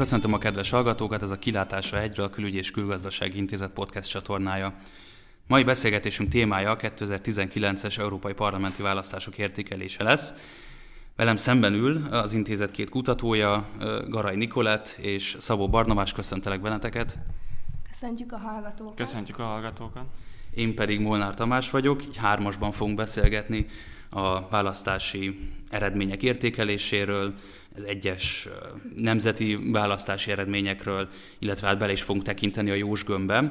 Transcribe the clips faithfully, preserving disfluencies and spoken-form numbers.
Köszöntöm a kedves hallgatókat, ez a Kilátás a hegyről, a Külügyi és Külgazdasági Intézet podcast csatornája. Mai beszélgetésünk témája a kétezer-tizenkilences európai parlamenti választások értékelése lesz. Velem szemben ül az intézet két kutatója, Garay Nikolett és Szabó Barnabás. Köszöntelek benneteket. Köszöntjük a hallgatókat. Köszöntjük a hallgatókat. Én pedig Molnár Tamás vagyok, így hármasban fogunk beszélgetni a választási eredmények értékeléséről, az egyes nemzeti választási eredményekről, illetve hát bele is fogunk tekinteni a Jósgömbbe,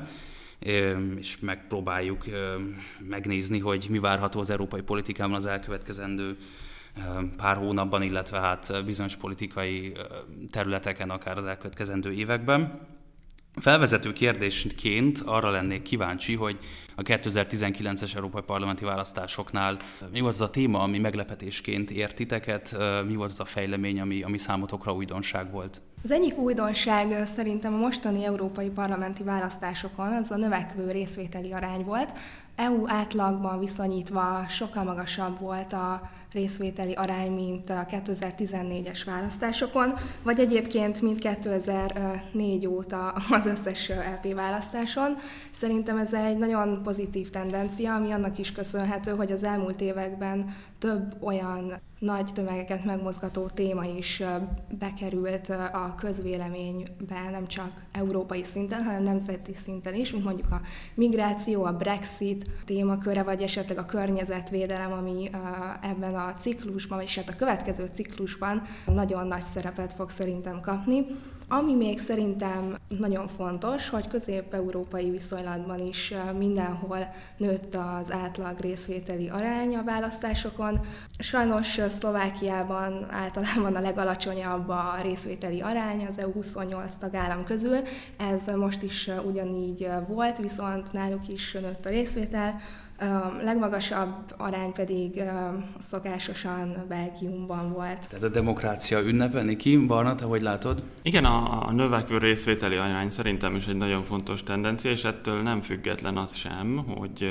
és megpróbáljuk megnézni, hogy mi várható az európai politikában az elkövetkezendő pár hónapban, illetve hát bizonyos politikai területeken, akár az elkövetkezendő években. Felvezető kérdésként arra lennék kíváncsi, hogy a kétezer-tizenkilences európai parlamenti választásoknál mi volt az a téma, ami meglepetésként ért titeket, mi volt az a fejlemény, ami, ami számotokra újdonság volt? Az egyik újdonság szerintem a mostani európai parlamenti választásokon az a növekvő részvételi arány volt. é u átlagban viszonyítva sokkal magasabb volt a részvételi arány, mint a kétezer-tizennégyes választásokon, vagy egyébként mint kétezer-négy óta az összes é pé választáson. Szerintem ez egy nagyon pozitív tendencia, ami annak is köszönhető, hogy az elmúlt években több olyan nagy tömegeket megmozgató téma is bekerült a közvéleménybe, nem csak európai szinten, hanem nemzeti szinten is, mint mondjuk a migráció, a Brexit témaköre, vagy esetleg a környezetvédelem, ami ebben a ciklusban, vagyis hát a következő ciklusban nagyon nagy szerepet fog szerintem kapni. Ami még szerintem nagyon fontos, hogy közép-európai viszonylatban is mindenhol nőtt az átlag részvételi arány a választásokon. Sajnos Szlovákiában általában a legalacsonyabb a részvételi arány az é u huszonnyolc tagállam közül. Ez most is ugyanígy volt, viszont náluk is nőtt a részvétel. A legmagasabb arány pedig szokásosan Belgiumban volt. Tehát a demokrácia ünnepelni ki, Barna, te hogy látod? Igen, a, a növekvő részvételi arány szerintem is egy nagyon fontos tendencia, és ettől nem független az sem, hogy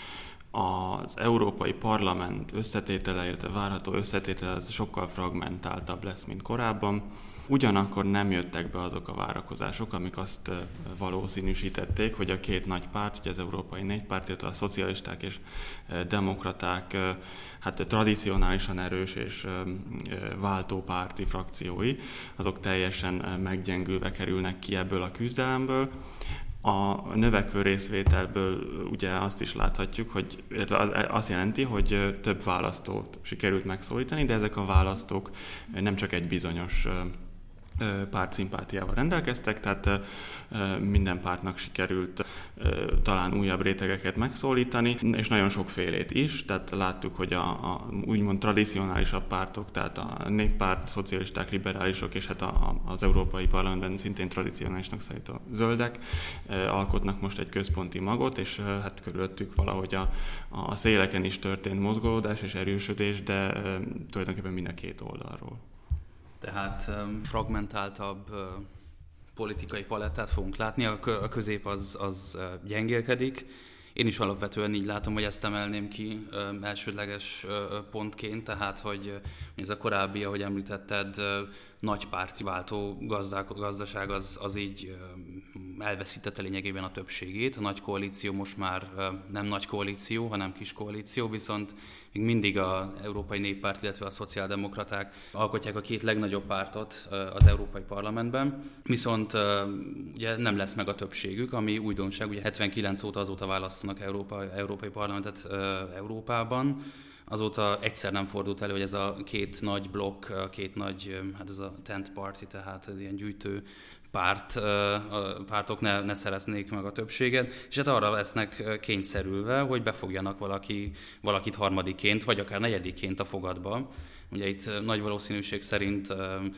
az Európai Parlament összetétele, illetve várható összetétele az sokkal fragmentáltabb lesz, mint korábban. Ugyanakkor nem jöttek be azok a várakozások, amik azt valószínűsítették, hogy a két nagy párt, ugye az Európai Néppárt, illetve a szocialisták és demokraták, hát tradicionálisan erős és váltópárti frakciói, azok teljesen meggyengülve kerülnek ki ebből a küzdelemből. A növekvő részvételből ugye azt is láthatjuk, hogy illetve az azt jelenti, hogy több választót sikerült megszólítani, de ezek a választók nem csak egy bizonyos párt szimpátiával rendelkeztek, tehát minden pártnak sikerült talán újabb rétegeket megszólítani, és nagyon sokfélét is, tehát láttuk, hogy a, a úgymond tradicionálisabb pártok, tehát a néppárt, szocialisták, liberálisok, és hát a, az Európai Parlamentben szintén tradicionálisnak számító zöldek alkotnak most egy központi magot, és hát körülöttük valahogy a, a széleken is történt mozgolódás és erősödés, de tulajdonképpen mind a két oldalról. Tehát fragmentáltabb politikai palettát fogunk látni, a közép az, az gyengélkedik. Én is alapvetően így látom, hogy ezt emelném ki elsődleges pontként, tehát hogy ez a korábbi, ahogy említetted, nagy párti váltó gazdák, gazdaság az, az így elveszítette lényegében a többségét. A nagy koalíció most már nem nagy koalíció, hanem kis koalíció, viszont még mindig az Európai Néppárt, illetve a szociáldemokraták alkotják a két legnagyobb pártot az Európai Parlamentben, viszont ugye nem lesz meg a többségük, ami újdonság, ugye hetvenkilenc óta azóta választanak Európa, Európai Parlamentet Európában. Azóta egyszer nem fordult elő, hogy ez a két nagy blokk, két nagy, hát ez a tent party, tehát ilyen gyűjtő párt, pártok ne, ne szereznék meg a többséget, és hát arra lesznek kényszerülve, hogy befogjanak valaki, valakit harmadiként, vagy akár negyediként a fogadba. Ugye itt nagy valószínűség szerint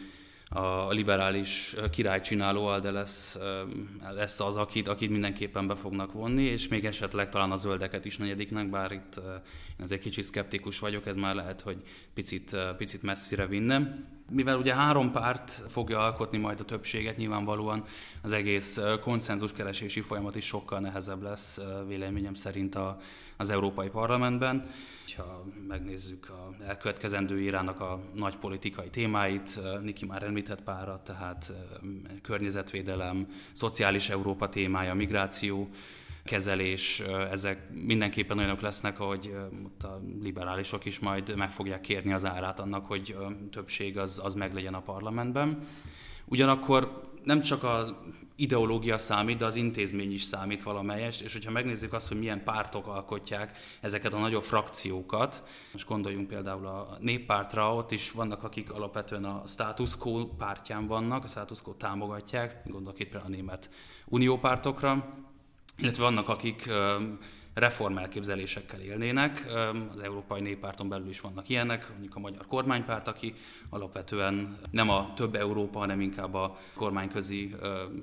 a liberális királycsináló ALDE lesz, lesz az, akit, akit mindenképpen be fognak vonni, és még esetleg talán a zöldeket is negyediknek, bár itt én azért kicsit szkeptikus vagyok, ez már lehet, hogy picit, picit messzire vinne. Mivel ugye három párt fogja alkotni majd a többséget, nyilvánvalóan az egész konszenzuskeresési folyamat is sokkal nehezebb lesz véleményem szerint a, az Európai Parlamentben. Ha megnézzük a elkövetkezendő érának a nagy politikai témáit, Niki már említett párat, tehát környezetvédelem, szociális Európa témája, migráció, kezelés, ezek mindenképpen olyanok lesznek, hogy ott a liberálisok is majd meg fogják kérni az árát annak, hogy többség az, az meglegyen a parlamentben. Ugyanakkor nem csak az ideológia számít, de az intézmény is számít valamelyest, és hogyha megnézzük azt, hogy milyen pártok alkotják ezeket a nagyobb frakciókat, most gondoljunk például a Néppártra, ott is vannak, akik alapvetően a status quo pártján vannak, a status quo támogatják, gondolok itt például a német uniópártokra, illetve vannak, akik reformelképzelésekkel élnének. Az Európai Néppárton belül is vannak ilyenek, mondjuk a Magyar Kormánypárt, aki alapvetően nem a több Európa, hanem inkább a kormányközi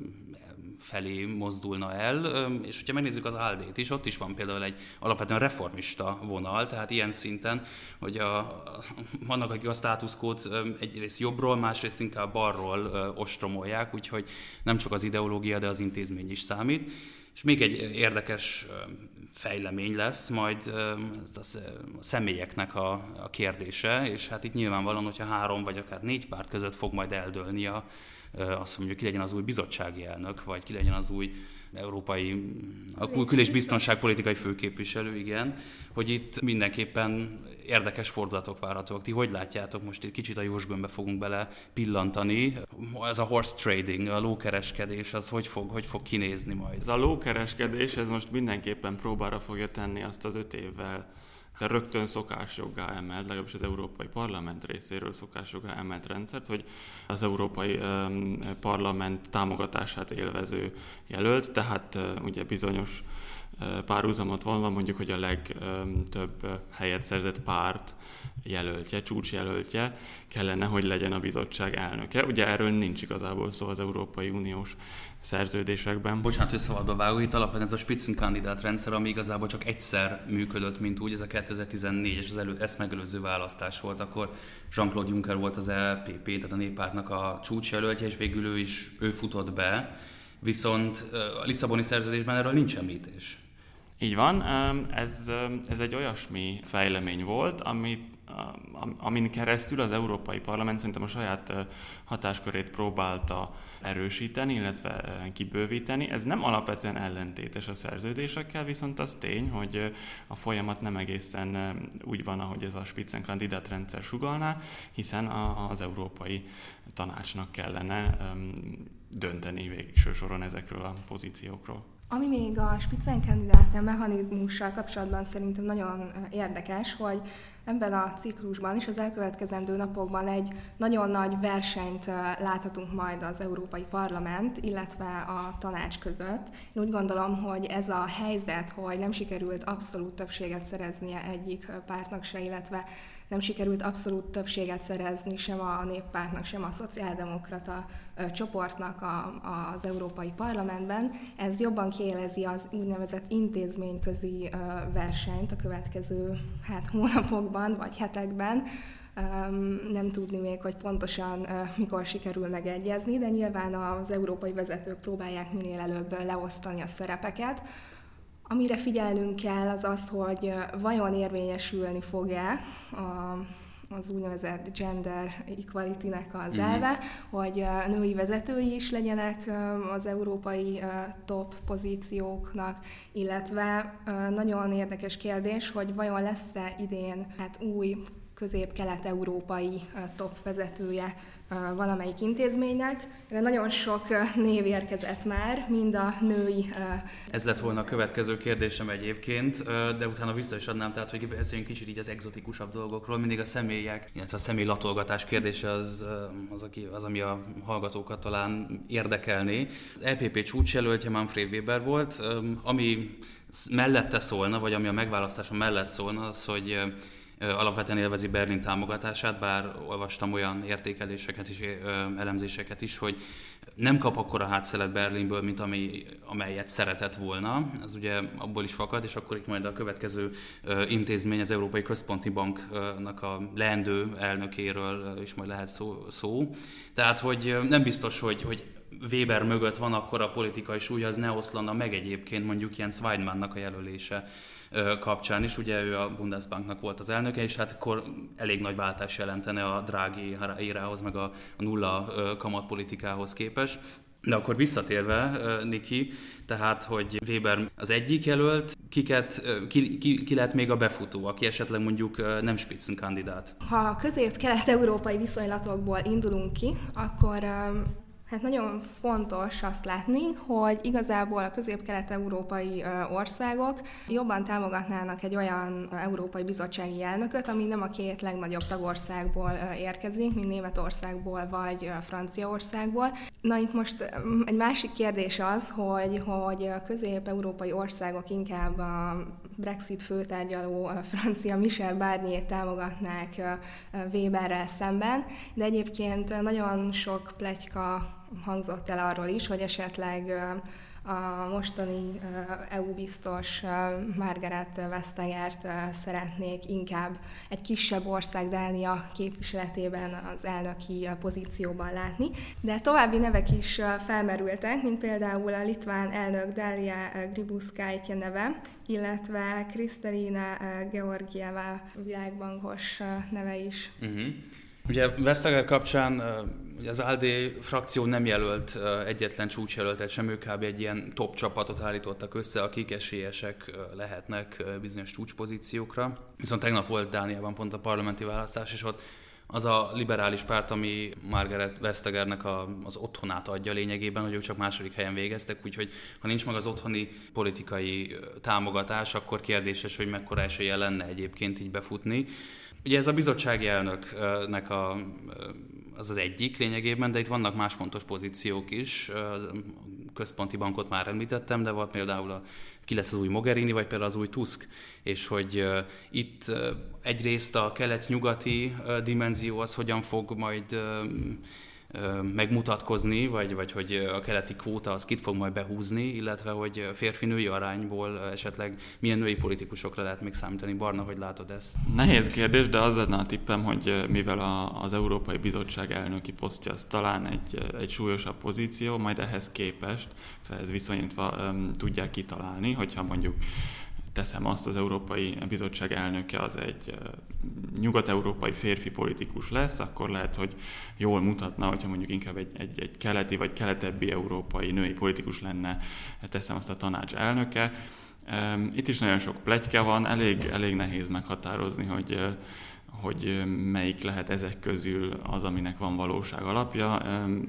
felé mozdulna el, és hogyha megnézzük az áldét is, ott is van például egy alapvetően reformista vonal, tehát ilyen szinten, hogy a, a, vannak, akik a status quót egyrészt jobbról, másrészt inkább balról ostromolják, úgyhogy nem csak az ideológia, de az intézmény is számít. És még egy érdekes fejlemény lesz majd a személyeknek a, a kérdése, és hát itt nyilvánvalóan, hogyha három vagy akár négy párt között fog majd eldőlni a, azt mondjuk, ki legyen az új bizottsági elnök, vagy ki legyen az új európai a kül- és biztonságpolitikai főképviselő, igen, hogy itt mindenképpen érdekes fordulatok várhatóak. Ti hogy látjátok, most egy kicsit a jósgömbbe fogunk bele pillantani. Ez a horse trading, a lókereskedés, az hogy fog, hogy fog kinézni majd? Ez a lókereskedés, ez most mindenképpen próbára fogja tenni azt az öt évvel, de rögtön szokásjoggá emelt, legalábbis az Európai Parlament részéről szokásjoggá emelt rendszert, hogy az Európai um, Parlament támogatását élvező jelölt, tehát uh, ugye bizonyos uh, párhuzamot van, mondjuk, hogy a legtöbb um, helyet szerzett párt jelöltje, csúcsjelöltje kellene, hogy legyen a bizottság elnöke. Ugye erről nincs igazából szó az Európai Uniós szerződésekben. Bocsánat, hogy szabadba vágok, itt alapvetően ez a Spitzenkandidát rendszer, ami igazából csak egyszer működött, mint úgy, ez a kétezer-tizennégyes, az elő, ezt megelőző választás volt, akkor Jean-Claude Juncker volt az é pé pé, tehát a néppártnak a csúcsjelöltje, és végül ő is ő futott be, viszont a Lisszaboni szerződésben erről nincs említés. Így van, ez, ez egy olyasmi fejlemény volt, amit amin keresztül az Európai Parlament szerintem a saját hatáskörét próbálta erősíteni, illetve kibővíteni. Ez nem alapvetően ellentétes a szerződésekkel, viszont az tény, hogy a folyamat nem egészen úgy van, ahogy ez a Spitzenkandidát rendszer sugallná, hiszen az Európai Tanácsnak kellene dönteni végső soron ezekről a pozíciókról. Ami még a Spitzenkandidát mechanizmussal kapcsolatban szerintem nagyon érdekes, hogy ebben a ciklusban és az elkövetkezendő napokban egy nagyon nagy versenyt láthatunk majd az Európai Parlament, illetve a tanács között. Én úgy gondolom, hogy ez a helyzet, hogy nem sikerült abszolút többséget szereznie egyik pártnak se, illetve nem sikerült abszolút többséget szerezni sem a néppártnak, sem a szociáldemokrata csoportnak a, az Európai Parlamentben. Ez jobban kiélezi az úgynevezett intézményközi versenyt a következő hát, hónapokban vagy hetekben. Nem tudni még, hogy pontosan mikor sikerül megegyezni, de nyilván az európai vezetők próbálják minél előbb leosztani a szerepeket. Amire figyelnünk kell, az az, hogy vajon érvényesülni fog-e a, az úgynevezett gender equality-nek az elve, mm-hmm. hogy női vezetői is legyenek az európai top pozícióknak, illetve nagyon érdekes kérdés, hogy vajon lesz-e idén hát új közép-kelet-európai top vezetője valamelyik intézménynek. Erre nagyon sok név érkezett már, mind a női... Ez lett volna a következő kérdésem egyébként, de utána vissza is adnám, tehát hogy beszéljünk kicsit így az egzotikusabb dolgokról, mindig a személyek, illetve a személylatolgatás kérdése az, az, az, ami a hallgatókat talán érdekelné. é pé pé csúcsjelöltje Manfred Weber volt, ami mellette szólna, vagy ami a megválasztása mellett szólna, az, hogy alapvetően élvezi Berlin támogatását, bár olvastam olyan értékeléseket és elemzéseket is, hogy nem kap akkora hátszelet Berlinből, mint ami, amelyet szeretett volna. Ez ugye abból is fakad, és akkor itt majd a következő intézmény, az Európai Központi Banknak a leendő elnökéről is majd lehet szó. szó. Tehát, hogy nem biztos, hogy, hogy Weber mögött van akkor a politikai súly, az ne oszlana meg egyébként mondjuk Jens Weidmannnak a jelölése kapcsán is. Ugye ő a Bundesbanknak volt az elnöke, és hát akkor elég nagy váltás jelentene a Draghi érához, meg a nulla kamatpolitikához képest. De akkor visszatérve, Niki, tehát, hogy Weber az egyik jelölt, kiket, ki, ki, ki lehet még a befutó, aki esetleg mondjuk nem spitzenkandidát? Ha a közép-kelet-európai viszonylatokból indulunk ki, akkor hát nagyon fontos azt látni, hogy igazából a közép-kelet-európai országok jobban támogatnának egy olyan európai bizottsági elnököt, ami nem a két legnagyobb tagországból érkezik, mint Németországból vagy Franciaországból. Na itt most egy másik kérdés az, hogy, hogy a közép-európai országok inkább a Brexit főtárgyaló francia Michel Barnier-t támogatnák Weberrel szemben, de egyébként nagyon sok pletyka hangzott el arról is, hogy esetleg a mostani é u-biztos Margrethe Vestagert szeretnék inkább egy kisebb ország Dánia képviseletében az elnöki pozícióban látni. De további nevek is felmerültek, mint például a litván elnök Dalia Grybauskaite neve, illetve Kristalina Georgieva világbankos neve is. Uh-huh. Ugye Vestager kapcsán az á dé frakció nem jelölt egyetlen csúcsjelöltet sem, ők kb. Egy ilyen top csapatot állítottak össze, akik esélyesek lehetnek bizonyos csúcspozíciókra. Viszont tegnap volt Dániában pont a parlamenti választás, és ott az a liberális párt, ami Margrethe Vestagernek a, az otthonát adja lényegében, hogy ők csak második helyen végeztek, úgyhogy ha nincs meg az otthoni politikai támogatás, akkor kérdéses, hogy mekkora esélye lenne egyébként így befutni. Ugye ez a bizottsági elnöknek a, az az egyik lényegében, de itt vannak más fontos pozíciók is. A központi bankot már említettem, de volt például a, ki lesz az új Mogherini, vagy például az új Tusk, és hogy uh, itt uh, egyrészt a kelet-nyugati uh, dimenzió az hogyan fog majd uh, uh, megmutatkozni, vagy, vagy hogy a keleti kvóta az kit fog majd behúzni, illetve hogy férfi-női arányból esetleg milyen női politikusokra lehet még számítani. Barna, hogy látod ezt? Nehéz kérdés, de az lenne a tippem, hogy mivel a, az Európai Bizottság elnöki posztja az talán egy, egy súlyosabb pozíció, majd ehhez képest, ez viszonyítva um, tudják kitalálni, hogyha mondjuk teszem azt, az Európai Bizottság elnöke az egy nyugat-európai férfi politikus lesz, akkor lehet, hogy jól mutatna, hogyha mondjuk inkább egy, egy, egy keleti vagy keletebbi európai női politikus lenne, teszem azt a tanács elnöke. Itt is nagyon sok pletyka van, elég, elég nehéz meghatározni, hogy, hogy melyik lehet ezek közül az, aminek van valóság alapja.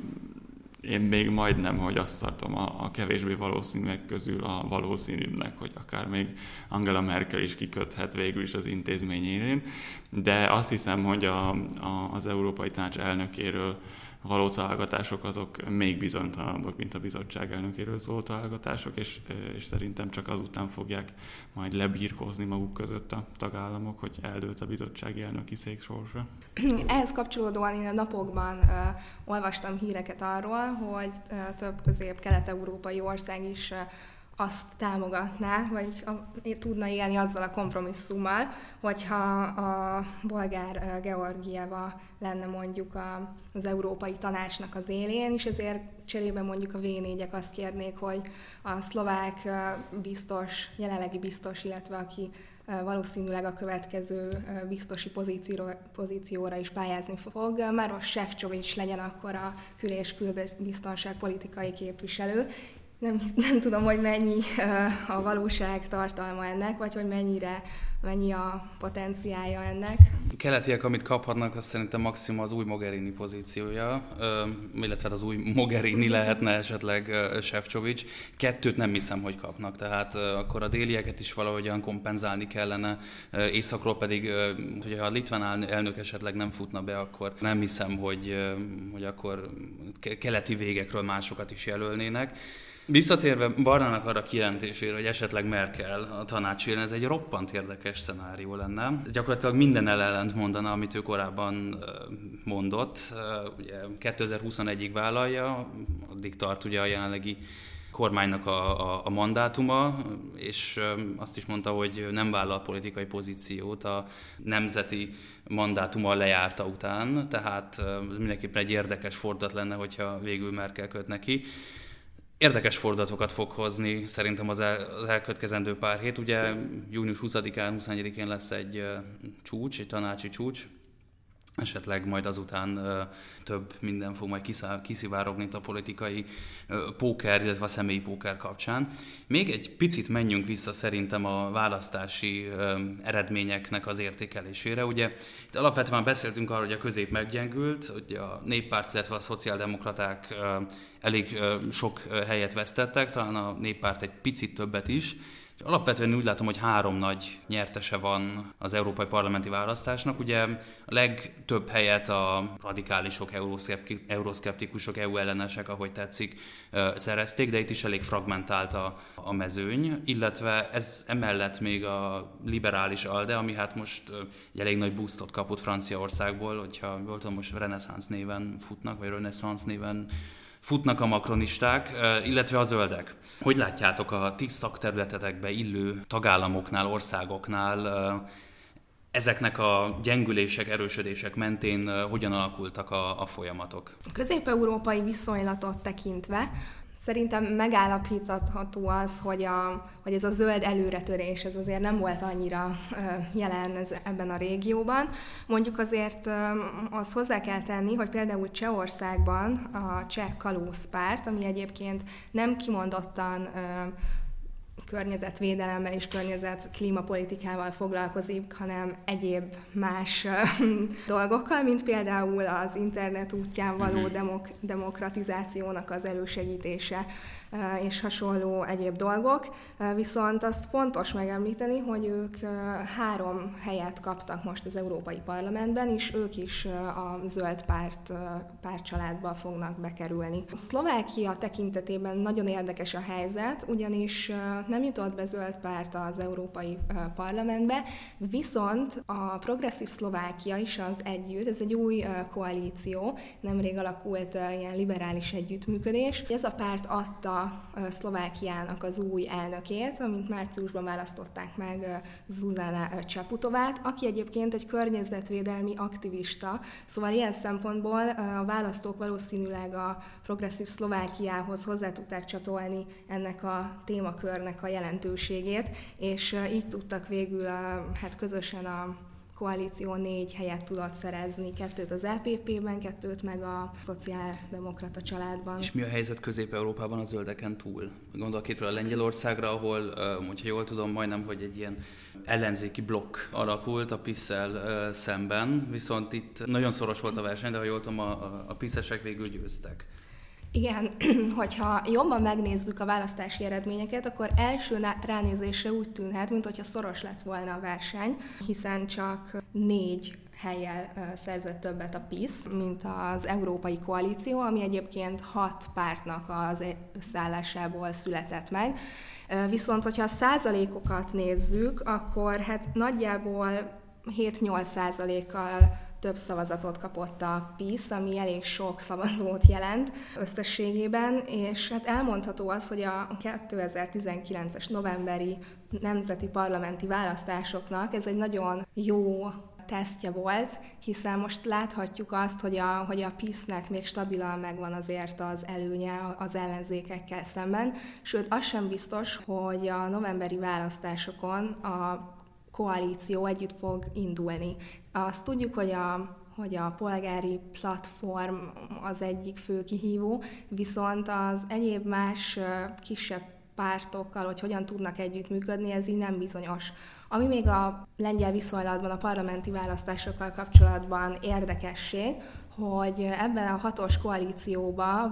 Én még majdnem, hogy azt tartom a, a kevésbé valószínűek közül a valószínűbbnek, hogy akár még Angela Merkel is kiköthet végül is az intézményén, de azt hiszem, hogy a, a, az Európai Tanács elnökéről való találgatások azok még bizonytalanabbak, mint a bizottság elnökéről szóló találgatások, és, és szerintem csak azután fogják majd lebírkózni maguk között a tagállamok, hogy eldőlt a bizottsági elnöki szék sorsa. Ehhez kapcsolódóan én a napokban uh, olvastam híreket arról, hogy uh, több közép-kelet-európai ország is uh, azt támogatná, vagy a, tudna élni azzal a kompromisszummal, hogyha a bolgár Georgieva lenne mondjuk a, az Európai Tanácsnak az élén, és ezért cserébe mondjuk a vé négyek azt kérnék, hogy a szlovák biztos, jelenlegi biztos, illetve aki valószínűleg a következő biztosi pozícióra, pozícióra is pályázni fog, Maroš Šefčovič legyen akkor a kül- és külbiztonságpolitikai képviselő. Nem, nem tudom, hogy mennyi uh, a valóság tartalma ennek, vagy hogy mennyire, mennyi a potenciálja ennek. A keletiek, amit kaphatnak, az szerintem maximum az új Mogherini pozíciója, uh, illetve az új Mogherini lehetne esetleg uh, Šefčovič. Kettőt nem hiszem, hogy kapnak, tehát uh, akkor a délieket is valahogyan kompenzálni kellene, uh, északról pedig, uh, hogyha a litván elnök esetleg nem futna be, akkor nem hiszem, hogy, uh, hogy akkor keleti végekről másokat is jelölnének. Visszatérve Barnának arra kijelentésére, hogy esetleg Merkel a tanács jön, ez egy roppant érdekes szenárió lenne. Ez gyakorlatilag minden ellent mondana, amit ő korábban mondott. Ugye kétezer-huszonegyig vállalja, addig tart ugye a jelenlegi kormánynak a, a, a mandátuma, és azt is mondta, hogy nem vállal politikai pozíciót a nemzeti mandátuma lejárta után, tehát ez mindenképpen egy érdekes fordulat lenne, hogyha végül Merkel köt neki. Érdekes fordulatokat fog hozni szerintem az, el, az elkövetkezendő pár hét. Ugye június huszadikán, huszonegyedikén lesz egy csúcs, egy tanácsi csúcs, esetleg majd azután ö, több minden fog majd kiszá, kiszivárogni itt a politikai ö, póker, illetve a személyi póker kapcsán. Még egy picit menjünk vissza szerintem a választási ö, eredményeknek az értékelésére. Ugye itt alapvetően beszéltünk arról, hogy a közép meggyengült, hogy a néppárt, illetve a szociáldemokraták ö, elég ö, sok helyet vesztettek, talán a néppárt egy picit többet is. Alapvetően úgy látom, hogy három nagy nyertese van az európai parlamenti választásnak. Ugye a legtöbb helyet a radikálisok, euroszkeptikusok, é u ellenesek, ahogy tetszik, szerezték, de itt is elég fragmentált a, a mezőny, illetve ez emellett még a liberális ALDE, ami hát most egy elég nagy boostot kapott Franciaországból, hogyha jól tudom, most Renaissance néven futnak, vagy Renaissance néven futnak a makronisták, illetve a zöldek. Hogy látjátok a ti szakterületetekbe illő tagállamoknál, országoknál ezeknek a gyengülések, erősödések mentén hogyan alakultak a, a folyamatok? A közép-európai viszonylatot tekintve szerintem megállapítható az, hogy, a, hogy ez a zöld előretörés ez azért nem volt annyira jelen ez, ebben a régióban. Mondjuk azért azt hozzá kell tenni, hogy például Csehországban a Cseh Kalózpárt, ami egyébként nem kimondottan környezetvédelemmel és környezet klímapolitikával foglalkozik, hanem egyéb más dolgokkal, mint például az internet útján való demok- demokratizációnak az elősegítése és hasonló egyéb dolgok. Viszont azt fontos megemlíteni, hogy ők három helyet kaptak most az Európai Parlamentben, és ők is a zöld párt, pártcsaládba fognak bekerülni. A Szlovákia tekintetében nagyon érdekes a helyzet, ugyanis nem jutott be zöld párt az Európai Parlamentbe, viszont a Progresszív Szlovákia is az együtt, ez egy új koalíció, nemrég alakult ilyen liberális együttműködés. Ez a párt adta Szlovákiának az új elnökét, amint márciusban választották meg Zuzana Čaputovát, aki egyébként egy környezetvédelmi aktivista, szóval ilyen szempontból a választók valószínűleg a Progresszív Szlovákiához hozzá tudták csatolni ennek a témakörnek a jelentőségét, és így tudtak végül a, hát közösen a koalíció négy helyet tudott szerezni, kettőt az é pé pé-ben, kettőt meg a szociáldemokrata családban. És mi a helyzet Közép-Európában a zöldeken túl? Gondolok itt a Lengyelországra, ahol, hogyha jól tudom, majdnem, hogy egy ilyen ellenzéki blokk alakult a PiS-szel szemben, viszont itt nagyon szoros volt a verseny, de ha jól tudom, a, a PiS-esek végül győztek. Igen, hogyha jobban megnézzük a választási eredményeket, akkor első ránézésre úgy tűnhet, mintha szoros lett volna a verseny, hiszen csak négy hellyel szerzett többet a PiS, mint az Európai Koalíció, ami egyébként hat pártnak az összeállásából született meg. Viszont, hogyha a százalékokat nézzük, akkor hát nagyjából hét-nyolc százalékkal több szavazatot kapott a PiS, ami elég sok szavazót jelent összességében, és hát elmondható az, hogy a kétezer-tizenkilences novemberi nemzeti parlamenti választásoknak ez egy nagyon jó tesztje volt, hiszen most láthatjuk azt, hogy a, hogy a PiS-nek még stabilan megvan azért az előnye az ellenzékekkel szemben, sőt az sem biztos, hogy a novemberi választásokon a koalíció együtt fog indulni. Azt tudjuk, hogy a, hogy a polgári platform az egyik fő kihívó, viszont az egyéb más kisebb pártokkal, hogy hogyan tudnak együttműködni, ez így nem bizonyos. Ami még a lengyel viszonylatban, a parlamenti választásokkal kapcsolatban érdekesség, hogy ebben a hatos koalícióban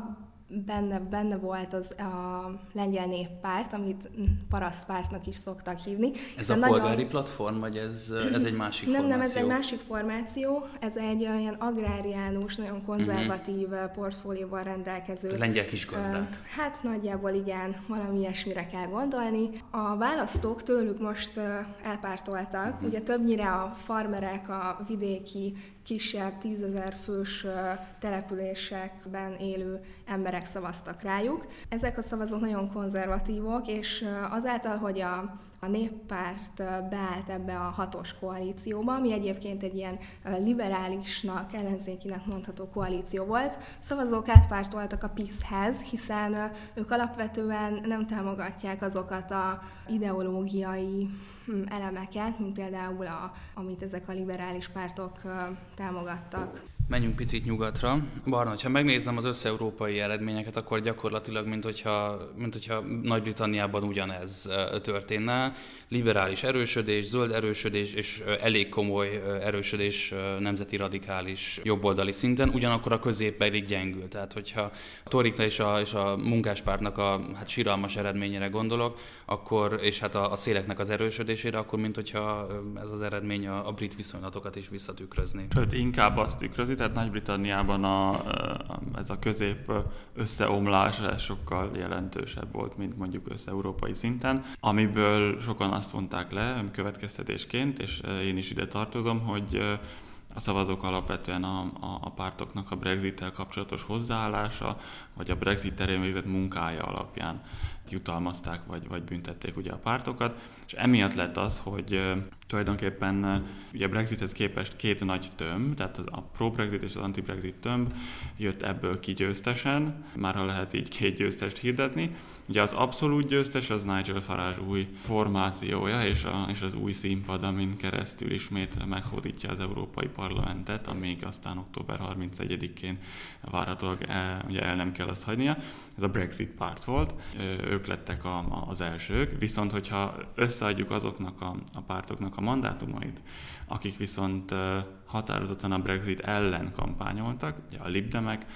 benne, benne volt az a lengyel néppárt, amit parasztpártnak is szoktak hívni. Ez a polgári nagyon... platform, vagy ez, ez egy másik nem, formáció? Nem, ez egy másik formáció. Ez egy ilyen agráriánus, nagyon konzervatív uh-huh. portfólióval rendelkező. Lengyel kisgazdák. Hát nagyjából igen, valami ilyesmire kell gondolni. A választók tőlük most elpártoltak. Uh-huh. Ugye többnyire a farmerek, a vidéki kisebb, tízezer fős településekben élő emberek szavaztak rájuk. Ezek a szavazók nagyon konzervatívok, és azáltal, hogy a, a néppárt beállt ebbe a hatos koalícióba, ami egyébként egy ilyen liberálisnak, ellenzékinek mondható koalíció volt, szavazók átpártoltak a pé i es-hez, hiszen ők alapvetően nem támogatják azokat a ideológiai elemeket, mint például a, amit ezek a liberális pártok uh, támogattak. Menjünk picit nyugatra. Barna, ha megnézem az összeurópai eredményeket, akkor gyakorlatilag, mint hogyha, mint hogyha Nagy-Britanniában ugyanez történne. Liberális erősödés, zöld erősödés és elég komoly erősödés nemzeti radikális jobboldali szinten, ugyanakkor a közép pedig gyengül. Tehát, hogyha a Torikra és a, és a munkáspártnak a hát siralmas eredményére gondolok, akkor, és hát a, a széleknek az erősödésére, akkor mint hogyha ez az eredmény a, a brit viszonylatokat is visszatükrözni. Sőt, inkább azt tükrözi, tehát Nagy-Britanniában a, a, ez a közép összeomlás sokkal jelentősebb volt, mint mondjuk össze-európai szinten, amiből sokan azt vonták le következtetésként, és én is ide tartozom, hogy a szavazók alapvetően a, a, a pártoknak a Brexit-tel kapcsolatos hozzáállása, vagy a Brexit terén végzett munkája alapján jutalmazták, vagy, vagy büntették ugye a pártokat, és emiatt lett az, hogy uh, tulajdonképpen uh, ugye a Brexithez képest két nagy tömb, tehát az, a pro-Brexit és az anti-Brexit tömb jött ebből ki győztesen, már ha lehet így két győztest hirdetni. Ugye az abszolút győztes az Nigel Farage új formációja, és, a, és az új színpad, amin keresztül ismét meghódítja az Európai Parlamentet, amíg aztán október harmincegyedikén várhatólag el, ugye el nem kell azt hagynia. Ez a Brexit párt volt, ők lettek a, a, az elsők, viszont hogyha összeadjuk azoknak a, a pártoknak a mandátumait, akik viszont határozottan a Brexit ellen kampányoltak, ugye a Lib Demek,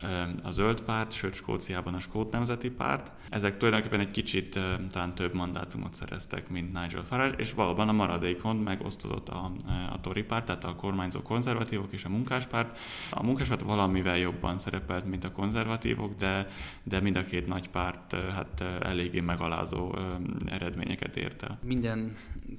a Zöld Párt, sőt Skóciában a Skót Nemzeti Párt. Ezek tulajdonképpen egy kicsit talán több mandátumot szereztek, mint Nigel Farage, és valóban a maradékon megosztozott a, a Tory párt, tehát a kormányzó konzervatívok és a munkáspárt. A munkáspárt valamivel jobban szerepelt, mint a konzervatívok, de, de mind a két nagy párt hát eléggé megalázó eredményeket ért el. Minden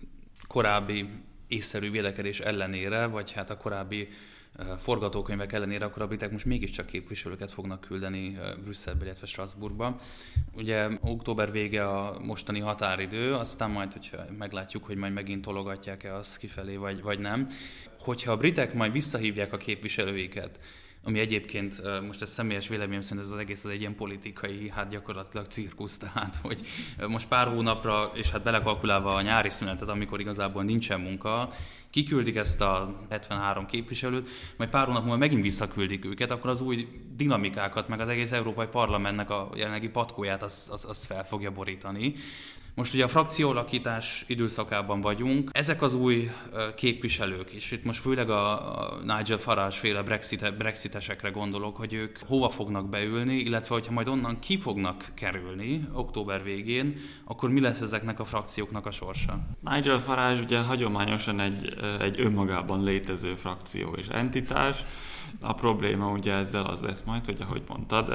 korábbi észszerű vélekedés ellenére, vagy hát a korábbi forgatókönyvek ellenére, akkor a britek most mégiscsak képviselőket fognak küldeni Brüsszelbe, illetve Strasbourgba. Ugye október vége a mostani határidő, aztán majd, hogyha meglátjuk, hogy majd megint tologatják-e azt kifelé, vagy, vagy nem. Hogyha a britek majd visszahívják a képviselőiket, ami egyébként, most ez személyes véleményem szerint ez az egész az egy ilyen politikai, hát gyakorlatilag cirkusz, tehát hogy most pár hónapra, és hát belekalkulálva a nyári szünetet, amikor igazából nincsen munka, kiküldik ezt a hetvenhárom képviselőt, majd pár hónap múlva megint visszaküldik őket, akkor az új dinamikákat, meg az egész Európai Parlamentnek a jelenlegi patkóját az, az, az fel fogja borítani. Most ugye a frakcióalakítás időszakában vagyunk. Ezek az új képviselők, és itt most főleg a Nigel Farage féle Brexit, brexitesekre gondolok, hogy ők hova fognak beülni, illetve hogyha majd onnan ki fognak kerülni október végén, akkor mi lesz ezeknek a frakcióknak a sorsa? Nigel Farage ugye hagyományosan egy, egy önmagában létező frakció és entitás. A probléma ugye ezzel az lesz majd, hogy ahogy mondtad,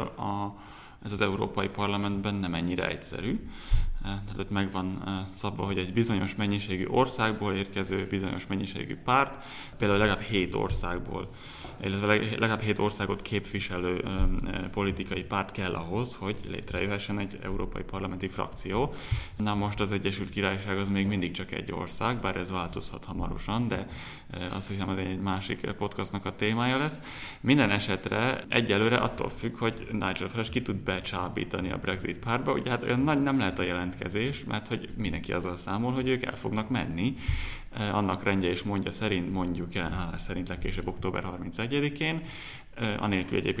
a ez az Európai Parlamentben nem ennyire egyszerű. Tehát ott megvan szabva, hogy egy bizonyos mennyiségű országból érkező bizonyos mennyiségű párt, például legalább hét országból, illetve legalább hét országot képviselő politikai párt kell ahhoz, hogy létrejöhessen egy európai parlamenti frakció. Na most az Egyesült Királyság az még mindig csak egy ország, bár ez változhat hamarosan, de azt hiszem, hogy egy másik podcastnak a témája lesz. Minden esetre egyelőre attól függ, hogy Nigel Farage ki tud becsábítani a Brexit pártba. Ugye hát olyan nagy nem lehet a jelentkezés, mert hogy mindenki azzal számol, hogy ők el fognak menni. Annak rendje és mondja szerint, mondjuk jelen állás szerint legkésőbb október harmincegyedikén, anélkül egyébként, hogy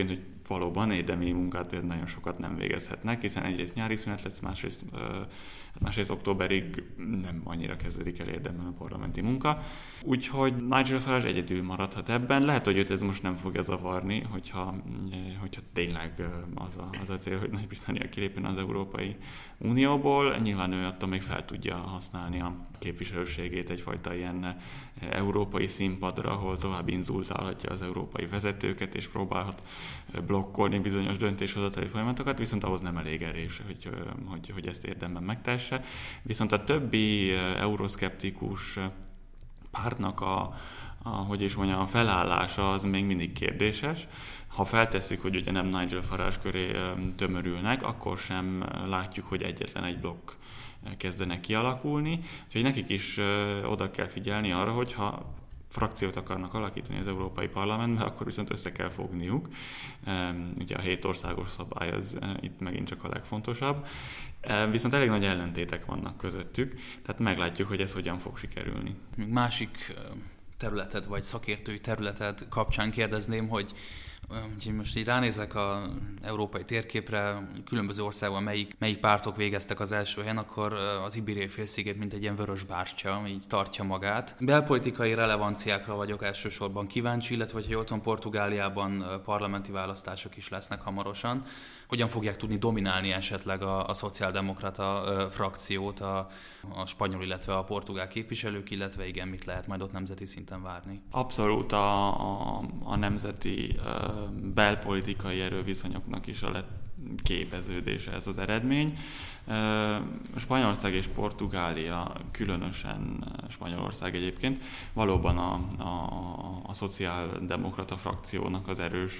valóban érdemi munkát nagyon sokat nem végezhetnek, hiszen egyrészt nyári szünet lesz, másrészt, másrészt októberig nem annyira kezdődik el érdemben a parlamenti munka. Úgyhogy Nigel Farage egyedül maradhat ebben. Lehet, hogy őt ez most nem fogja zavarni, hogyha, hogyha tényleg az a, az a cél, hogy Nagy-Britannia kilépjen az Európai Unióból. Nyilván ő attól még fel tudja használni a képviselőségét egyfajta ilyen európai színpadra, ahol tovább inzultálhatja az európai vezetőket, és próbálhat blokkolni bizonyos döntéshozatali folyamatokat, viszont ahhoz nem elég erős, hogy, hogy, hogy ezt érdemben megtesse. Viszont a többi euroszkeptikus pártnak a, a, hogy is mondjam, a felállása az még mindig kérdéses. Ha feltesszük, hogy ugye nem Nigel Farage köré tömörülnek, akkor sem látjuk, hogy egyetlen egy blokk kezdenek kialakulni. Úgyhogy nekik is oda kell figyelni arra, hogy ha frakciót akarnak alakítani az Európai Parlamentben, akkor viszont össze kell fogniuk. Ugye a hét országos szabály az itt megint csak a legfontosabb. Viszont elég nagy ellentétek vannak közöttük, tehát meglátjuk, hogy ez hogyan fog sikerülni. Másik területed vagy szakértői területed kapcsán kérdezném, hogy Úgyhogy most így ránézek az európai térképre, különböző országban melyik, melyik pártok végeztek az első helyen, akkor az Ibériai-félsziget mint egy ilyen vörös bástya, így tartja magát. Belpolitikai relevanciákra vagyok elsősorban kíváncsi, illetve hogyha jól tudom, Portugáliában parlamenti választások is lesznek hamarosan. Hogyan fogják tudni dominálni esetleg a, a szociáldemokrata ö, frakciót, a, a spanyol, illetve a portugál képviselők, illetve igen, mit lehet majd ott nemzeti szinten várni? Abszolút a, a, a nemzeti ö, belpolitikai erőviszonyoknak is a leképeződése ez az eredmény. Ö, Spanyolország és Portugália, különösen Spanyolország egyébként, valóban a, a, a szociáldemokrata frakciónak az erős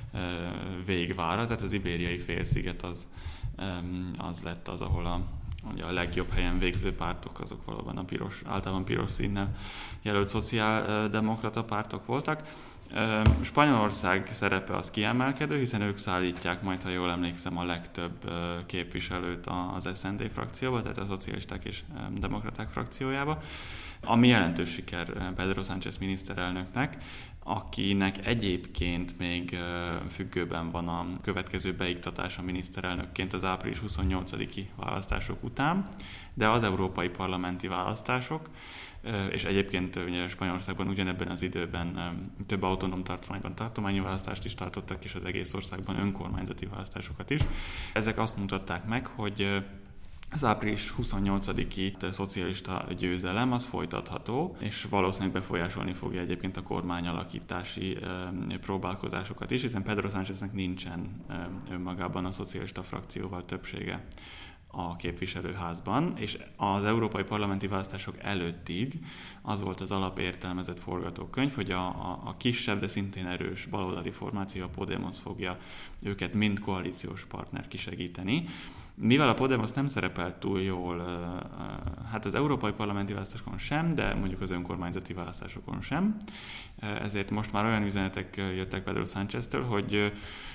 végvára, tehát az Ibériai félsziget az, az lett az, ahol a, ugye a legjobb helyen végző pártok, azok valóban a piros, általában piros színnel jelölt szociáldemokrata pártok voltak. Spanyolország szerepe az kiemelkedő, hiszen ők szállítják majd, ha jól emlékszem, a legtöbb képviselőt az es en dé frakcióba, tehát a szocialisták és demokraták frakciójába. Ami jelentős siker Pedro Sánchez miniszterelnöknek, akinek egyébként még függőben van a következő beiktatása miniszterelnökként az április huszonnyolcadiki választások után, de az európai parlamenti választások, és egyébként ugye Spanyolországban ugyanebben az időben több autonóm tartományban tartományi választást is tartottak, és az egész országban önkormányzati választásokat is. Ezek azt mutatták meg, hogy az április huszonnyolcadiki szocialista győzelem az folytatható, és valószínűleg befolyásolni fogja egyébként a kormányalakítási próbálkozásokat is, hiszen Pedro Sáncheznek nincsen önmagában a szocialista frakcióval többsége a képviselőházban, és az európai parlamenti választások előttig az volt az alapértelmezett forgatókönyv, hogy a, a, a kisebb, de szintén erős baloldali formáció, a Podemos fogja őket mind koalíciós partner kisegíteni. Mivel a Podemos nem szerepelt túl jól, hát az európai parlamenti választásokon sem, de mondjuk az önkormányzati választásokon sem, ezért most már olyan üzenetek jöttek Pedro Sáncheztől, hogy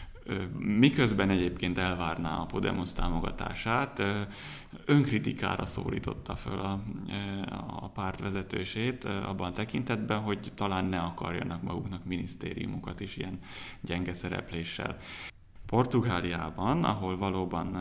miközben egyébként elvárná a Podemos támogatását, önkritikára szólította föl a, a párt vezetősét abban a tekintetben, hogy talán ne akarjanak maguknak minisztériumokat is ilyen gyenge szerepléssel. Portugáliában, ahol valóban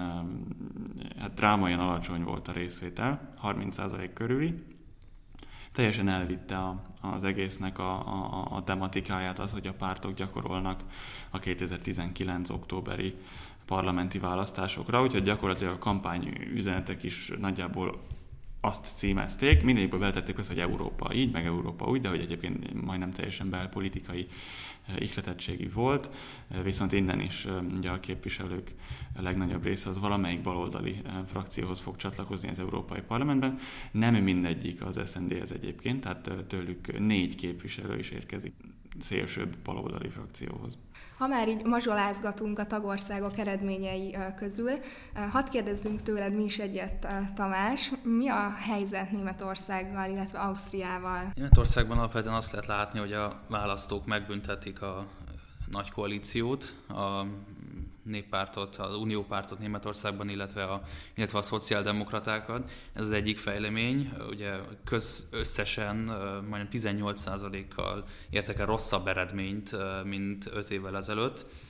hát drámaian alacsony volt a részvétel, harminc százalék körüli, teljesen elvitte a, az egésznek a, a, a tematikáját az, hogy a pártok gyakorolnak a kétezer-tizenkilenc októberi parlamenti választásokra, úgyhogy gyakorlatilag a kampányüzenetek is nagyjából azt címezték, mindegyikből beletették azt, hogy Európa így, meg Európa úgy, de hogy egyébként majdnem teljesen belpolitikai ihletettségi volt, viszont innen is ugye a képviselők legnagyobb része az valamelyik baloldali frakcióhoz fog csatlakozni az Európai Parlamentben. Nem mindegyik az es en dé-hez egyébként, tehát tőlük négy képviselő is érkezik szélsőbb baloldali frakcióhoz. Ha már így mazsolázgatunk a tagországok eredményei közül, hadd kérdezzünk tőled mi is egyet, Tamás. Mi a helyzet Németországgal, illetve Ausztriával? Németországban alapvetően azt lehet látni, hogy a választók megbüntetik a nagy koalíciót, a néppártot, az uniópártot Németországban, illetve a, illetve a szociáldemokratákat. Ez az egyik fejlemény. Ugye köz összesen majdnem tizennyolc százalékkal értek el rosszabb eredményt, mint öt évvel ezelőtt.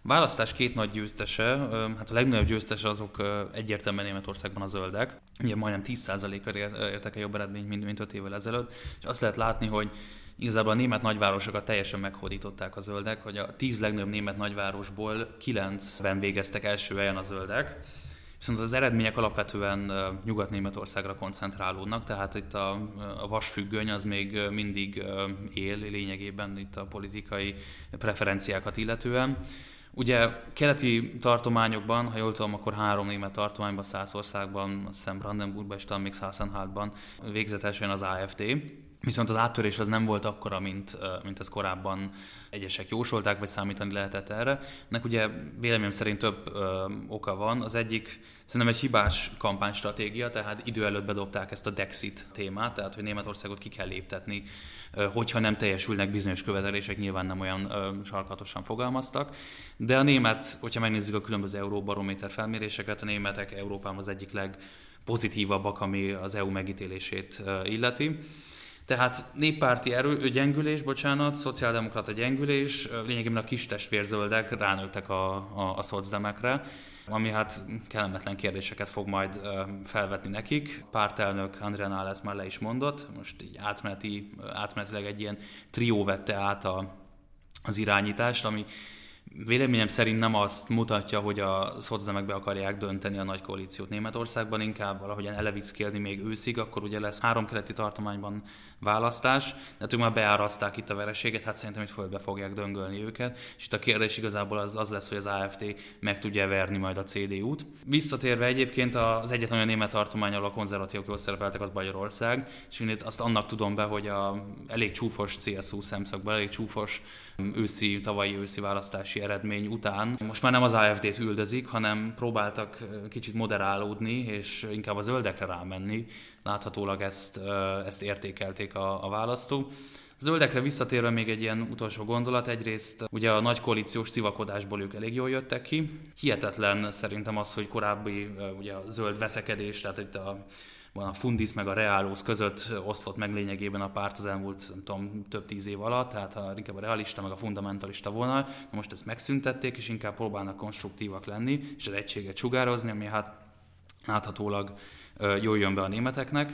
A választás két nagy győztese, hát a legnagyobb győztese azok egyértelműen Németországban a zöldek. Ugye majdnem tíz százalékkal értek el jobb eredményt, mint, mint öt évvel ezelőtt, és azt lehet látni, hogy igazából a német nagyvárosokat teljesen meghódították a zöldek, hogy a tíz legnagyobb német nagyvárosból kilencben végeztek első helyen a zöldek, viszont az eredmények alapvetően Nyugat-Németországra koncentrálódnak, tehát itt a, a vasfüggöny az még mindig él lényegében itt a politikai preferenciákat illetően. Ugye keleti tartományokban, ha jól tudom, akkor három német tartományban, Szászországban, azt hiszem Brandenburgban és talán még Sachsen-Anhaltban végzetesen az AfD. Viszont az áttörés az nem volt akkora, mint, mint ez korábban egyesek jósolták, vagy számítani lehetett erre. Ennek ugye véleményem szerint több ö, oka van. Az egyik szerintem egy hibás kampánystratégia, tehát idő előtt bedobták ezt a Dexit témát, tehát hogy Németországot ki kell léptetni, ö, hogyha nem teljesülnek bizonyos követelések, nyilván nem olyan ö, sarkatosan fogalmaztak. De a német, hogyha megnézzük a különböző Euróbarométer felméréseket, a németek Európában az egyik legpozitívabbak, ami az é u megítélését ö, illeti. Tehát néppárti erő, gyengülés, bocsánat, szociáldemokrata gyengülés, lényegében a kis testvérzöldek ránőttek a, a, a szocdemekre, ami hát kellemetlen kérdéseket fog majd felvetni nekik. Pártelnök Andrea Nahles ezt már le is mondott, most így átmeneti, átmenetileg egy ilyen trió vette át a, az irányítást, ami véleményem szerint nem azt mutatja, hogy a szocdemek be akarják dönteni a nagy koalíciót Németországban, inkább valahogyan elevickélni még őszig, akkor ugye lesz három keleti tartományban választás, de ők már beáraszták itt a vereséget, hát szerintem itt fölbe fogják döngölni őket, és itt a kérdés igazából az, az lesz, hogy az AfD meg tudja verni majd a cé dé ú-t. Visszatérve egyébként az egyetlen olyan német tartomány, ahol a konzervatívok jól szerepeltek, az Magyarország, és én azt annak tudom be, hogy a elég csúfos cé es u szemszögből, elég csúfos őszi, tavalyi őszi választási eredmény után most már nem az AfD-t üldözik, hanem próbáltak kicsit moderálódni, és inkább a zöldekre rámenni. Láthatólag ezt, ezt értékelték a, a választók. Zöldekre visszatérve még egy ilyen utolsó gondolat, egyrészt ugye a nagy koalíciós civakodásból ők elég jól jöttek ki. Hihetetlen szerintem az, hogy korábbi ugye a zöld veszekedés, tehát itt a van a Fundis meg a Reálóz között oszlott meg lényegében a párt az elmúlt, nem tudom, több tíz év alatt, tehát ha inkább a realista meg a fundamentalista volna, most ezt megszüntették, és inkább próbálnak konstruktívak lenni, és az egységet sugározni, ami hát láthatólag jól jön be a németeknek.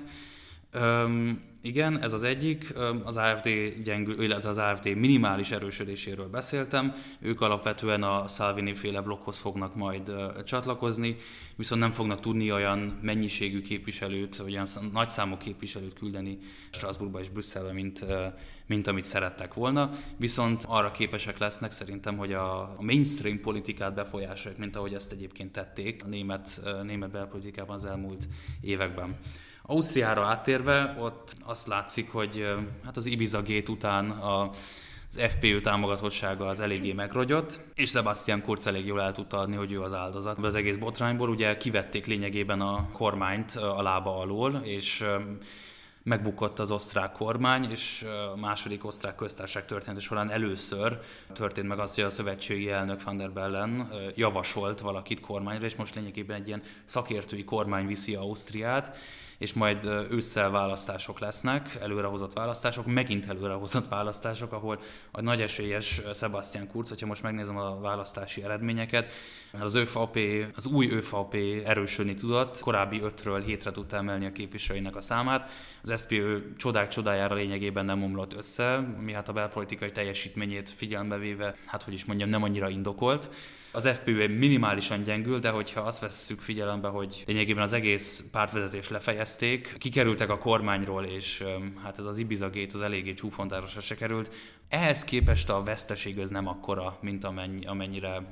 Üm, igen, ez az egyik, az AfD gyengül, illetve az AfD minimális erősödéséről beszéltem, ők alapvetően a Salvini-féle blokkhoz fognak majd uh, csatlakozni, viszont nem fognak tudni olyan mennyiségű képviselőt, olyan nagy számú képviselőt küldeni Strasbourgba és Brüsszelbe, mint, uh, mint amit szerettek volna, viszont arra képesek lesznek szerintem, hogy a, a mainstream politikát befolyásolják, mint ahogy ezt egyébként tették a német, uh, német belpolitikában az elmúlt években. Ausztriára áttérve, ott azt látszik, hogy hát az Ibiza-gate után a, az ef pé ö támogatottsága az eléggé megrogyott, és Sebastian Kurz elég jól el tudta adni, hogy ő az áldozat. Az egész botrányból ugye kivették lényegében a kormányt a lába alól, és megbukott az osztrák kormány, és a második osztrák köztársaság története során először történt meg az, hogy a szövetségi elnök Van der Bellen javasolt valakit kormányra, és most lényegében egy ilyen szakértői kormány viszi Ausztriát, és majd ősszel választások lesznek, előrehozott választások, megint előrehozott választások, ahol a nagy esélyes Sebastian Kurz, hogyha most megnézem a választási eredményeket, mert az ÖVP, az új ÖVP erősödni tudott, korábbi ötről hétre tudta emelni a képviselőinek a számát. Az es pé ö csodák csodájára lényegében nem omlott össze, ami hát a belpolitikai teljesítményét figyelembe véve, hát hogy is mondjam, nem annyira indokolt. Az ef pé ö minimálisan gyengül, de hogyha azt vesszük figyelembe, hogy lényegében az egész pártvezetést lefejezték, kikerültek a kormányról, és hát ez az Ibiza-gate az eléggé csúfontárosra se került. Ehhez képest a veszteség az nem akkora, mint amennyi, amennyire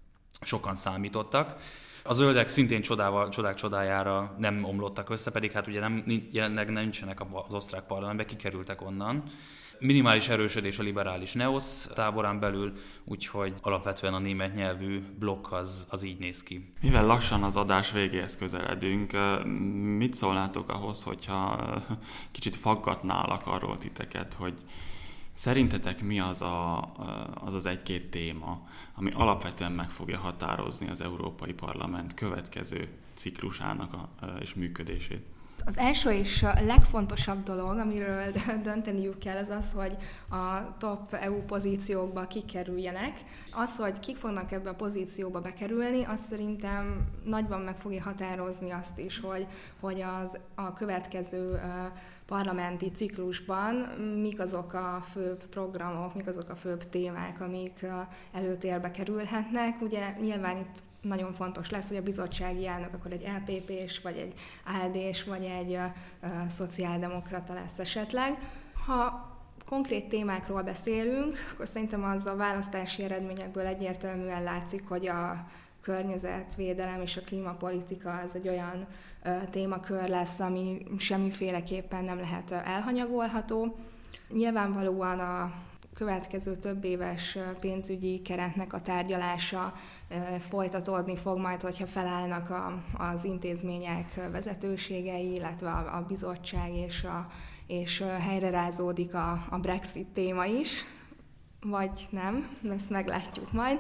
sokan számítottak. A zöldek szintén csodával, csodák csodájára nem omlottak össze, pedig hát ugye nem, jelenleg nincsenek az osztrák parlamentben, kikerültek onnan. Minimális erősödés a liberális neosz táborán belül, úgyhogy alapvetően a német nyelvű blokk az, az így néz ki. Mivel lassan az adás végéhez közeledünk, mit szólnátok ahhoz, hogyha kicsit faggatnálak arról titeket, hogy szerintetek mi az, a, az az egy-két téma, ami alapvetően meg fogja határozni az Európai Parlament következő ciklusának a, és működését? Az első és a legfontosabb dolog, amiről dönteniük kell, az az, hogy a top é u pozíciókba kikerüljenek. Az, hogy kik fognak ebbe a pozícióba bekerülni, az szerintem nagyban meg fogja határozni azt is, hogy, hogy az, a következő parlamenti ciklusban mik azok a főbb programok, mik azok a főbb témák, amik előtérbe kerülhetnek. Ugye nyilván itt nagyon fontos lesz, hogy a bizottsági elnök akkor egy el pé pés, vagy egy á el dés, vagy egy uh, szociáldemokrata lesz esetleg. Ha konkrét témákról beszélünk, akkor szerintem az a választási eredményekből egyértelműen látszik, hogy a környezetvédelem és a klímapolitika az egy olyan uh, témakör lesz, ami semmiféleképpen nem lehet uh, elhanyagolható. Nyilvánvalóan a következő több éves pénzügyi keretnek a tárgyalása folytatódni fog majd, hogyha felállnak a, az intézmények vezetőségei, illetve a, a bizottság, és, a, és helyrerázódik a, a Brexit téma is, vagy nem, ezt meglátjuk majd.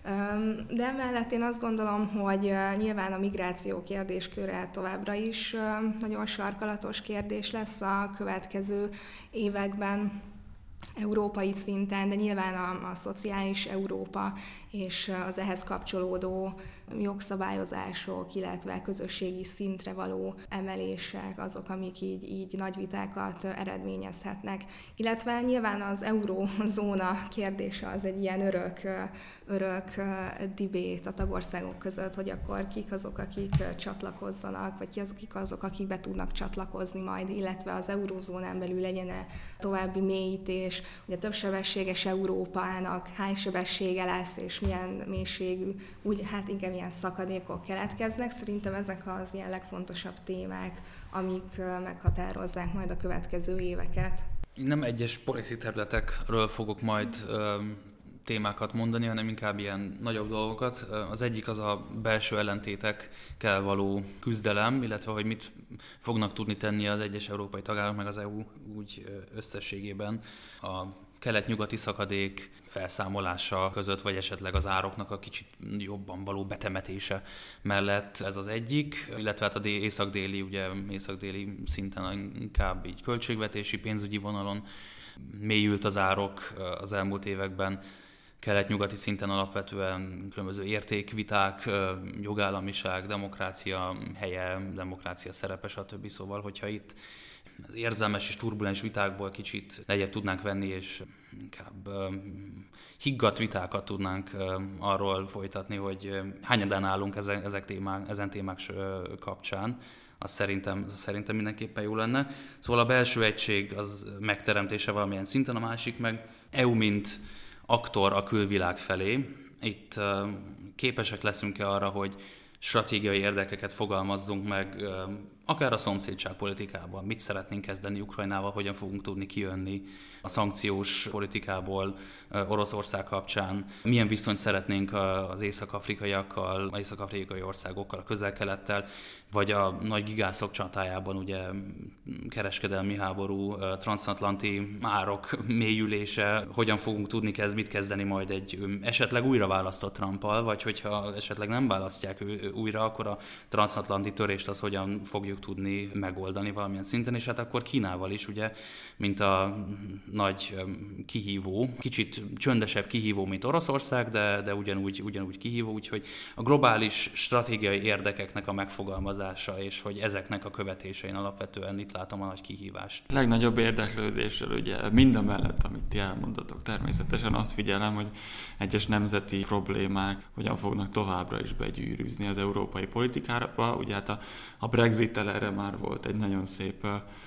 De emellett én azt gondolom, hogy nyilván a migráció kérdésköre továbbra is nagyon sarkalatos kérdés lesz a következő években, európai szinten, de nyilván a, a szociális Európa és az ehhez kapcsolódó jogszabályozások, illetve közösségi szintre való emelések azok, amik így, így nagy vitákat eredményezhetnek. Illetve nyilván az eurózóna kérdése az egy ilyen örök, örök debate a tagországok között, hogy akkor kik azok, akik csatlakozzanak, vagy kik azok, akik be tudnak csatlakozni majd, illetve az eurózónán belül legyen-e további mélyítés, hogy a többsebességes Európának hány sebessége lesz, és milyen mélységű, úgy hát inkább ilyen szakadékok keletkeznek. Szerintem ezek az ilyen legfontosabb témák, amik meghatározzák majd a következő éveket. Nem egyes policy területekről fogok majd ö, témákat mondani, hanem inkább ilyen nagyobb dolgokat. Az egyik az a belső ellentétekkel való küzdelem, illetve hogy mit fognak tudni tenni az egyes európai tagállamok, meg az é u úgy összességében a kelet-nyugati szakadék felszámolása között, vagy esetleg az ároknak a kicsit jobban való betemetése mellett ez az egyik, illetve hát a észak-déli, ugye észak-déli szinten inkább így költségvetési, pénzügyi vonalon mélyült az árok az elmúlt években, kelet-nyugati szinten alapvetően különböző értékviták, jogállamiság, demokrácia helye, demokrácia szerepe, stb. Szóval, hogyha itt az érzelmes és turbulens vitákból kicsit lejjebb tudnánk venni, és inkább uh, higgadt vitákat tudnánk uh, arról folytatni, hogy uh, hányadán állunk ezen, ezek témák, ezen témák uh, kapcsán, az szerintem, az szerintem mindenképpen jó lenne. Szóval a belső egység az megteremtése valamilyen szinten, a másik meg é u mint aktor a külvilág felé. Itt uh, képesek leszünk-e arra, hogy stratégiai érdekeket fogalmazzunk meg, akár a szomszédságpolitikában, mit szeretnénk kezdeni Ukrajnával, hogyan fogunk tudni kijönni a szankciós politikából Oroszország kapcsán, milyen viszonyt szeretnénk az észak-afrikaiakkal, az észak-afrikai országokkal, a közel-kelettel, vagy a nagy gigászok csatájában, ugye kereskedelmi háború, transatlanti árok mélyülése, hogyan fogunk tudni kezd, mit kezdeni majd egy esetleg újra választott Trumpal, vagy hogyha esetleg nem választják ő újra, akkor a transatlanti törést az hogyan fogjuk tudni megoldani valamilyen szinten, és hát akkor Kínával is, ugye, mint a nagy kihívó, kicsit csöndesebb kihívó, mint Oroszország, de, de ugyanúgy, ugyanúgy kihívó, úgyhogy a globális stratégiai érdekeknek a megfogalmazása, és hogy ezeknek a követésein alapvetően itt látom a nagy kihívást. A legnagyobb érdeklődéssel ugye mindamellett, amit ti elmondatok, természetesen azt figyelem, hogy egyes nemzeti problémák hogyan fognak továbbra is begyűrűzni az európai politikába. Ugye hát a, a Brexit-tel erre már volt egy nagyon szép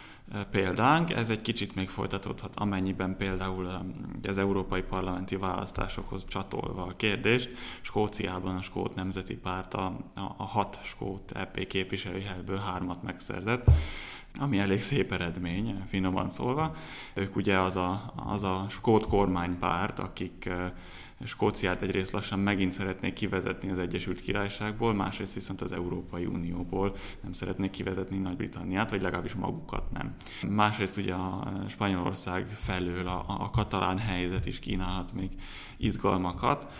példánk, ez egy kicsit még folytatódhat, amennyiben például az európai parlamenti választásokhoz csatolva a kérdést, Skóciában a Skót Nemzeti Párt a, a, a hat skót é pé képviselőhelyből hármat megszerzett, ami elég szép eredmény, finoman szólva. Ők ugye az a, az a skót kormánypárt, akik Skóciát egyrészt lassan megint szeretnék kivezetni az Egyesült Királyságból, másrészt viszont az Európai Unióból nem szeretnék kivezetni Nagy-Britanniát, vagy legalábbis magukat nem. Másrészt ugye a Spanyolország felől a, a katalán helyzet is kínálhat még izgalmakat.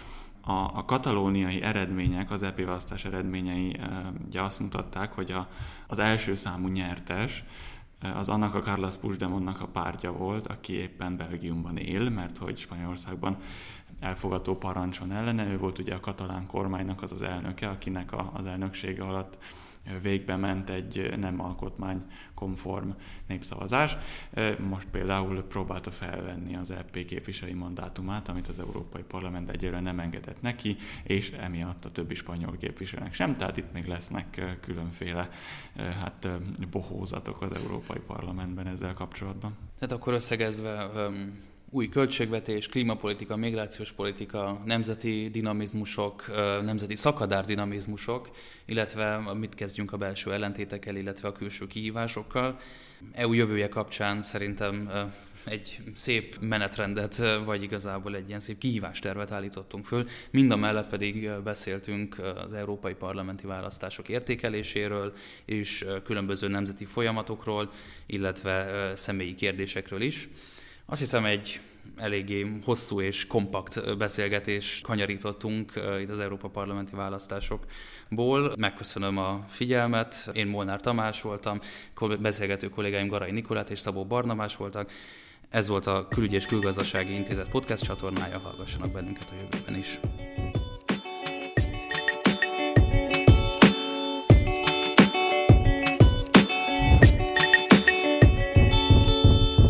A, a katalóniai eredmények, az é pé választás eredményei ugye azt mutatták, hogy a, az első számú nyertes az annak a Carles Puigdemontnak a pártja volt, aki éppen Belgiumban él, mert hogy Spanyolországban elfogadó parancs van ellene. Ő volt ugye a katalán kormánynak az az elnöke, akinek a, az elnöksége alatt végbe ment egy nem alkotmánykonform népszavazás. Most például próbálta felvenni az é pé képviselői mandátumát, amit az Európai Parlament egyelőre nem engedett neki, és emiatt a többi spanyol képviselőnek sem, tehát itt még lesznek különféle hát, bohózatok az Európai Parlamentben ezzel kapcsolatban. Tehát akkor összegezve um... új költségvetés, klímapolitika, migrációs politika, nemzeti dinamizmusok, nemzeti szakadár-dinamizmusok, illetve mit kezdjünk a belső ellentétekkel, illetve a külső kihívásokkal. é u jövője kapcsán szerintem egy szép menetrendet, vagy igazából egy ilyen szép kihívástervet állítottunk föl. Mindamellett pedig beszéltünk az európai parlamenti választások értékeléséről, és különböző nemzeti folyamatokról, illetve személyi kérdésekről is. Azt hiszem, egy eléggé hosszú és kompakt beszélgetést kanyarítottunk itt az Európa Parlamenti választásokból. Megköszönöm a figyelmet. Én Molnár Tamás voltam, beszélgető kollégáim Garai Nikolát és Szabó Barnabás voltak. Ez volt a Külügy és Külgazdasági Intézet podcast csatornája, hallgassanak bennünket a jövőben is.